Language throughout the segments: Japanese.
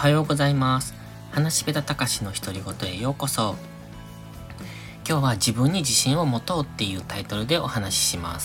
はようございます。話しべたたかしの独り言へようこそ。今日は自分に自信を持とうっていうタイトルでお話しします。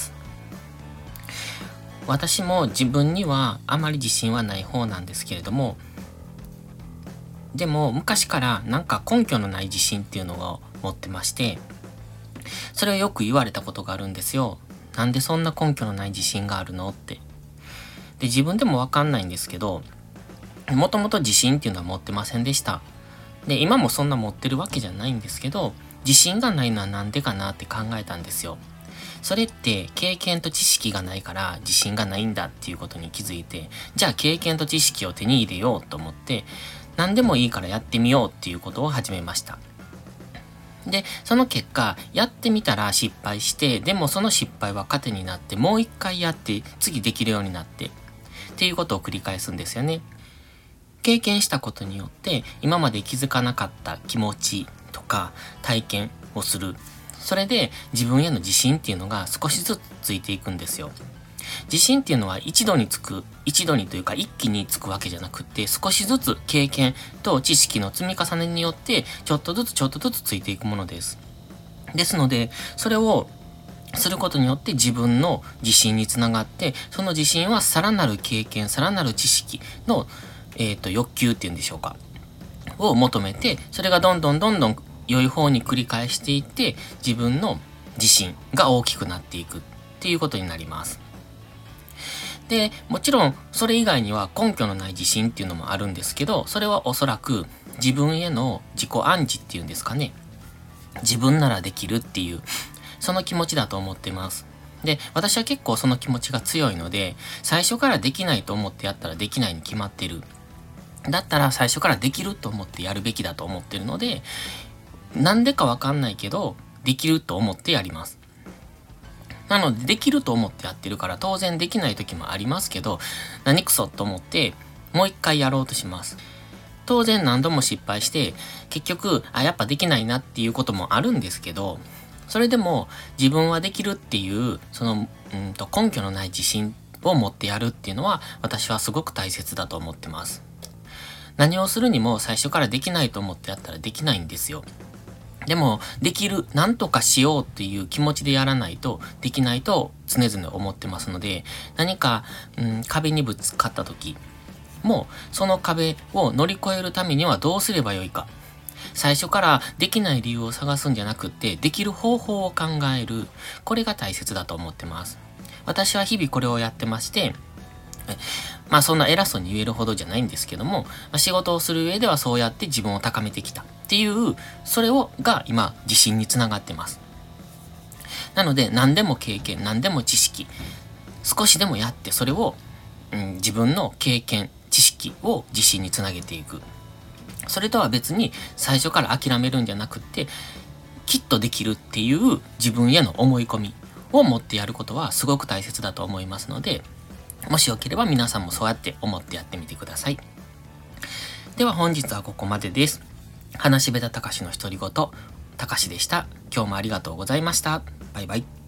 私も自分にはあまり自信はない方なんですけれども、でも昔からなんか根拠のない自信っていうのを持ってまして、それをよく言われたことがあるんですよ。なんでそんな根拠のない自信があるのって。で、自分でもわかんないんですけど、もともと自信っていうのは持ってませんでした。で、今もそんな持ってるわけじゃないんですけど、自信がないのはなんでかなって考えたんですよ。それって経験と知識がないから自信がないんだっていうことに気づいて、じゃあ経験と知識を手に入れようと思って、何でもいいからやってみようっていうことを始めました。で、その結果、やってみたら失敗して、でもその失敗は糧になって、もう一回やって、次できるようになって、っていうことを繰り返すんですよね。経験したことによって今まで気づかなかった気持ちとか体験をする。それで自分への自信っていうのが少しずつついていくんですよ。自信っていうのは一度にというか一気につくわけじゃなくって少しずつ経験と知識の積み重ねによってちょっとずつついていくものです。ですので、それをすることによって自分の自信につながって、その自信はさらなる経験、さらなる知識の欲求っていうんでしょうか。を求めて、それがどんどん良い方に繰り返していって、自分の自信が大きくなっていくっていうことになります。で、もちろん、それ以外には根拠のない自信っていうのもあるんですけど、それはおそらく自分への自己暗示っていうんですかね。自分ならできるっていう、その気持ちだと思ってます。で、私は結構その気持ちが強いので、最初からできないと思ってやったらできないに決まってる。だったら最初からできると思ってやるべきだと思ってるので、なんでかわかんないけど、できると思ってやります。なので、できると思ってやってるから当然できない時もありますけど、何クソと思ってもう一回やろうとします。当然何度も失敗して、結局、やっぱできないなっていうこともあるんですけど、それでも自分はできるっていう、根拠のない自信を持ってやるっていうのは、私はすごく大切だと思ってます。何をするにも最初からできないと思ってやったらできないんですよ。でも、できる、なんとかしようっていう気持ちでやらないと、できないと常々思ってますので、何か、壁にぶつかった時も、その壁を乗り越えるためにはどうすればよいか。最初からできない理由を探すんじゃなくって、できる方法を考える。これが大切だと思ってます。私は日々これをやってまして、そんな偉そうに言えるほどじゃないんですけども、仕事をする上ではそうやって自分を高めてきたっていう、それが今自信につながってます。なので何でも経験、何でも知識、少しでもやってそれを、自分の経験、知識を自信につなげていく。それとは別に最初から諦めるんじゃなくって、きっとできるっていう自分への思い込みを持ってやることはすごく大切だと思いますので、もしよければ皆さんもそうやって思ってやってみてください。では本日はここまでです。話しべたたかしの独り言、たかしでした。今日もありがとうございました。バイバイ。